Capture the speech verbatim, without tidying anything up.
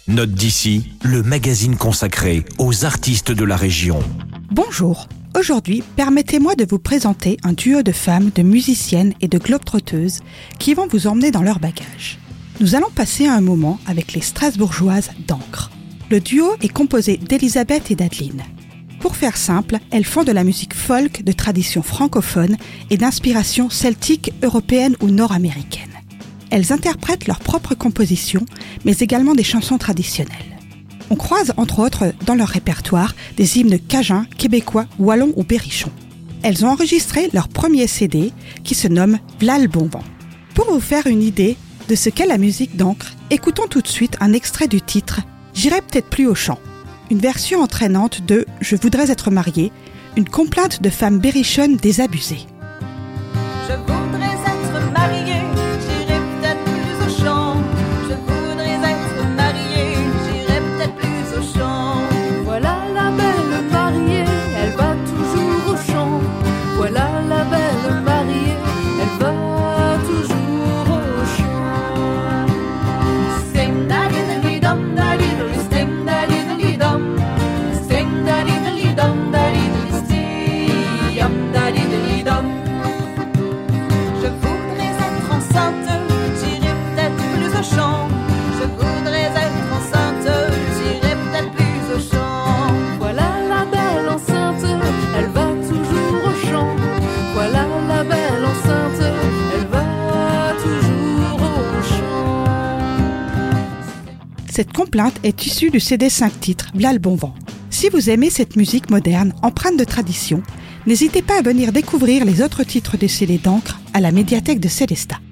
Note d'ici, le magazine consacré aux artistes de la région. Bonjour, aujourd'hui, permettez-moi de vous présenter un duo de femmes, de musiciennes et de globetrotteuses qui vont vous emmener dans leur bagage. Nous allons passer un moment avec les Strasbourgeoises d'Ancre. Le duo est composé d'Elisabeth et d'Adeline. Pour faire simple, elles font de la musique folk de tradition francophone et d'inspiration celtique, européenne ou nord-américaine. Elles interprètent leurs propres compositions, mais également des chansons traditionnelles. On croise entre autres dans leur répertoire des hymnes cajuns, québécois, wallons ou berrichons. Elles ont enregistré leur premier C D qui se nomme V'là le bon vent. Pour vous faire une idée de ce qu'est la musique d'Ancre, écoutons tout de suite un extrait du titre « J'irai peut-être plus au chant », une version entraînante de « Je voudrais être mariée », une complainte de femmes berrichonnes désabusées. Je voudrais être mariée, j'irai peut-être plus au champ. Je voudrais être mariée, j'irai peut-être plus au champ. Voilà la belle mariée, elle va toujours au champ. Voilà la belle mariée, elle va toujours au champ. Stem da diddly dum da diddly, stem da diddly dum, stem da diddly dum da diddly, stem da diddly dum. Je voudrais être enceinte, j'irai peut-être plus au champ. Je voudrais être enceinte, j'irai peut-être plus au champ. Voilà la belle enceinte, elle va toujours au champ. Voilà la belle enceinte, elle va toujours au champ. Cette complainte est issue du C D cinq titres V'là le bon vent. Si vous aimez cette musique moderne, empreinte de tradition, n'hésitez pas à venir découvrir les autres titres des C D d'Ancre à la médiathèque de Célestat.